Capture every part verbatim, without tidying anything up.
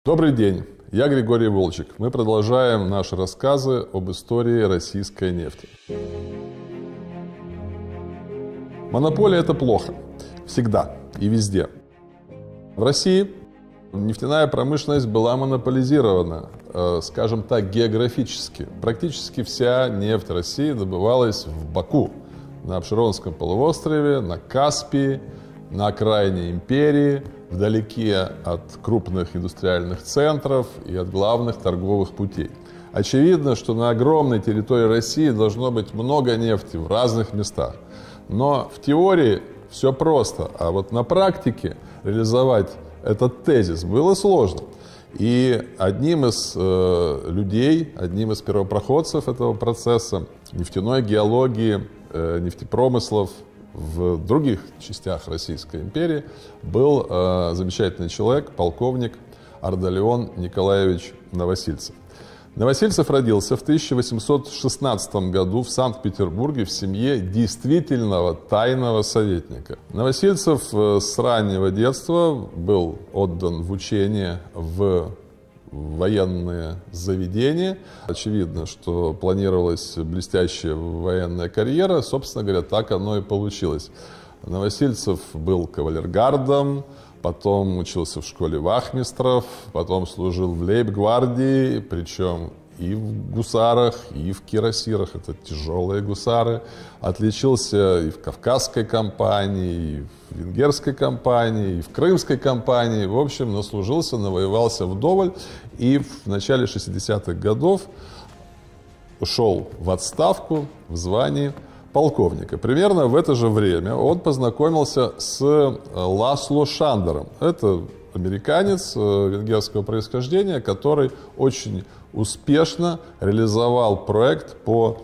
Добрый день, я Григорий Волчек. Мы продолжаем наши рассказы об истории российской нефти. Монополия – это плохо. Всегда и везде. В России нефтяная промышленность была монополизирована, э, скажем так, географически. Практически вся нефть России добывалась в Баку, на Абшеронском полуострове, на Каспии, на окраине империи, вдалеке от крупных индустриальных центров и от главных торговых путей. Очевидно, что на огромной территории России должно быть много нефти в разных местах. Но в теории все просто, а вот на практике реализовать этот тезис было сложно. И одним из э, людей, одним из первопроходцев этого процесса нефтяной геологии, э, нефтепромыслов в других частях Российской империи был э, замечательный человек, полковник Ардалион Николаевич Новосильцев. Новосильцев родился в тысяча восемьсот шестнадцатом году в Санкт-Петербурге в семье действительного тайного советника. Новосильцев э, с раннего детства был отдан в учение в военные заведения. Очевидно, что планировалась блестящая военная карьера. Собственно говоря, так оно и получилось. Новосильцев был кавалергардом, потом учился в школе вахмистров, потом служил в лейб-гвардии, причем и в гусарах, и в кирасирах, это тяжелые гусары. Отличился и в Кавказской кампании, и в Венгерской кампании, и в Крымской кампании. В общем, наслужился, навоевался вдоволь. И в начале шестидесятых годов ушел в отставку в звании полковника. Примерно в это же время он познакомился с Ласло Шандером. Это американец венгерского происхождения, который очень успешно реализовал проект по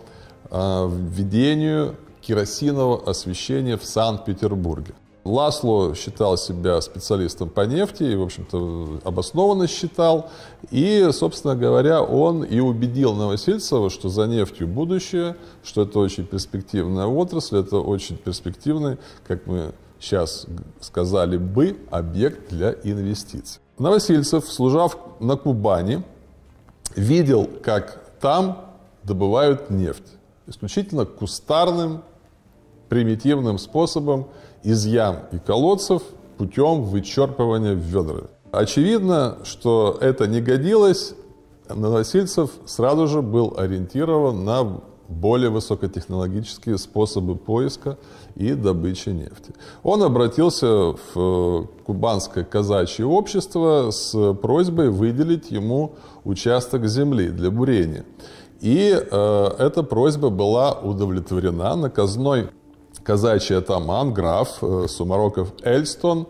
введению керосинового освещения в Санкт-Петербурге. Ласло считал себя специалистом по нефти и, в общем-то, обоснованно считал. И, собственно говоря, он и убедил Новосильцева, что за нефтью будущее, что это очень перспективная отрасль, это очень перспективный, как мы сейчас сказали бы, объект для инвестиций. Новосильцев, служа на Кубани, видел, как там добывают нефть. Исключительно кустарным, примитивным способом из ям и колодцев путем вычерпывания ведрами. Очевидно, что это не годилось. Новосильцев сразу же был ориентирован на более высокотехнологические способы поиска и добычи нефти. Он обратился в Кубанское казачье общество с просьбой выделить ему участок земли для бурения. И э, эта просьба была удовлетворена. Наказной казачий атаман, граф э, Сумароков Эльстон,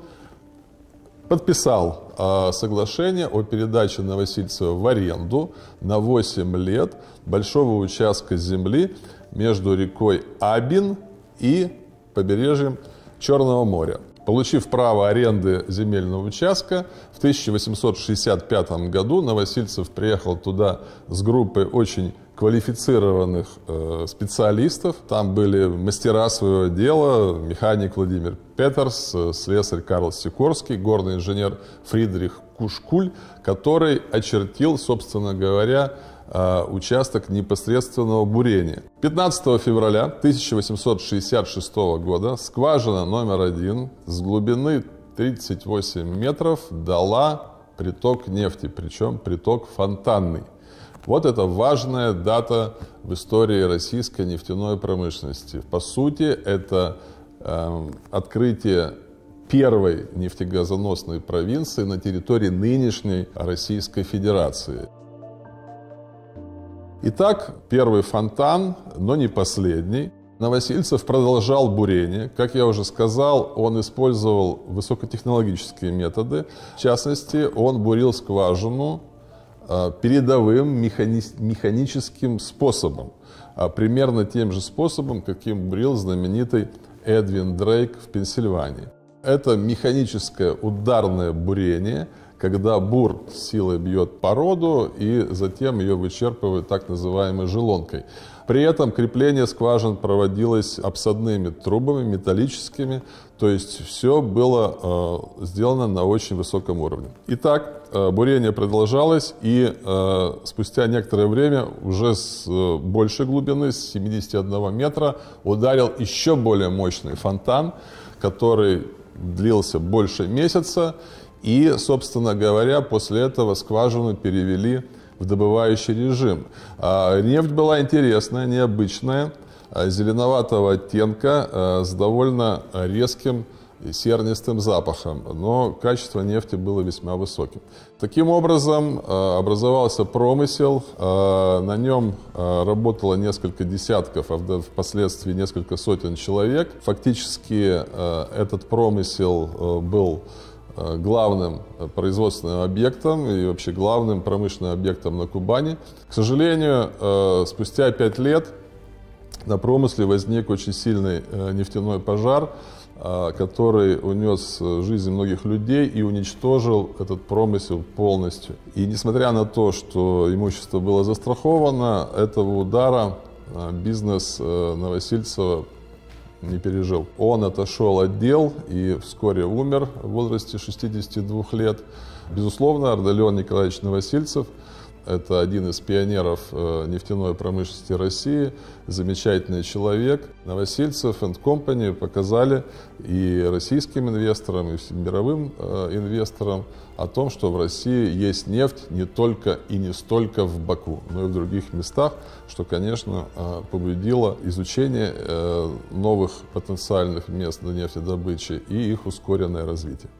подписал э, соглашение о передаче Новосильцева в аренду на восемь лет большого участка земли между рекой Абин и побережьем Черного моря. Получив право аренды земельного участка, в тысяча восемьсот шестьдесят пятом году Новосильцев приехал туда с группой очень квалифицированных э, специалистов. Там были мастера своего дела, механик Владимир Петерс, слесарь Карл Сикорский, горный инженер Фридрих Кушкуль, который очертил, собственно говоря, э, участок непосредственного бурения. пятнадцатого февраля тысяча восемьсот шестьдесят шестого года скважина номер один с глубины тридцать восемь метров дала приток нефти, причем приток фонтанный. Вот это важная дата в истории российской нефтяной промышленности. По сути, это э, открытие первой нефтегазоносной провинции на территории нынешней Российской Федерации. Итак, первый фонтан, но не последний. Новосильцев продолжал бурение. Как я уже сказал, он использовал высокотехнологические методы. В частности, он бурил скважину передовым механи... механическим способом, примерно тем же способом, каким бурил знаменитый Эдвин Дрейк в Пенсильвании. Это механическое ударное бурение, когда бур силой бьет породу и затем ее вычерпывает так называемой желонкой. При этом крепление скважин проводилось обсадными трубами, металлическими, то есть все было э, сделано на очень высоком уровне. Итак, э, бурение продолжалось, и э, спустя некоторое время уже с э, большей глубины, с семидесяти одного метра, ударил еще более мощный фонтан, который длился больше месяца, и, собственно говоря, после этого скважину перевели в добывающий режим. А, нефть была интересная, необычная, зеленоватого оттенка, с довольно резким сернистым запахом, но качество нефти было весьма высоким. Таким образом, образовался промысел, на нем работало несколько десятков, а впоследствии несколько сотен человек. Фактически этот промысел был главным производственным объектом и вообще главным промышленным объектом на Кубани. К сожалению, спустя пять лет на промысле возник очень сильный нефтяной пожар, который унес жизнь многих людей и уничтожил этот промысел полностью. И несмотря на то, что имущество было застраховано, этого удара бизнес Новосильцева не пережил. Он отошел от дел и вскоре умер в возрасте шестидесяти двух лет. Безусловно, Ардалион Николаевич Новосильцев – это один из пионеров нефтяной промышленности России, замечательный человек. Новосильцев энд Компани показали и российским инвесторам, и всем мировым инвесторам о том, что в России есть нефть не только и не столько в Баку, но и в других местах, что, конечно, побудило изучение новых потенциальных мест нефтедобычи и их ускоренное развитие.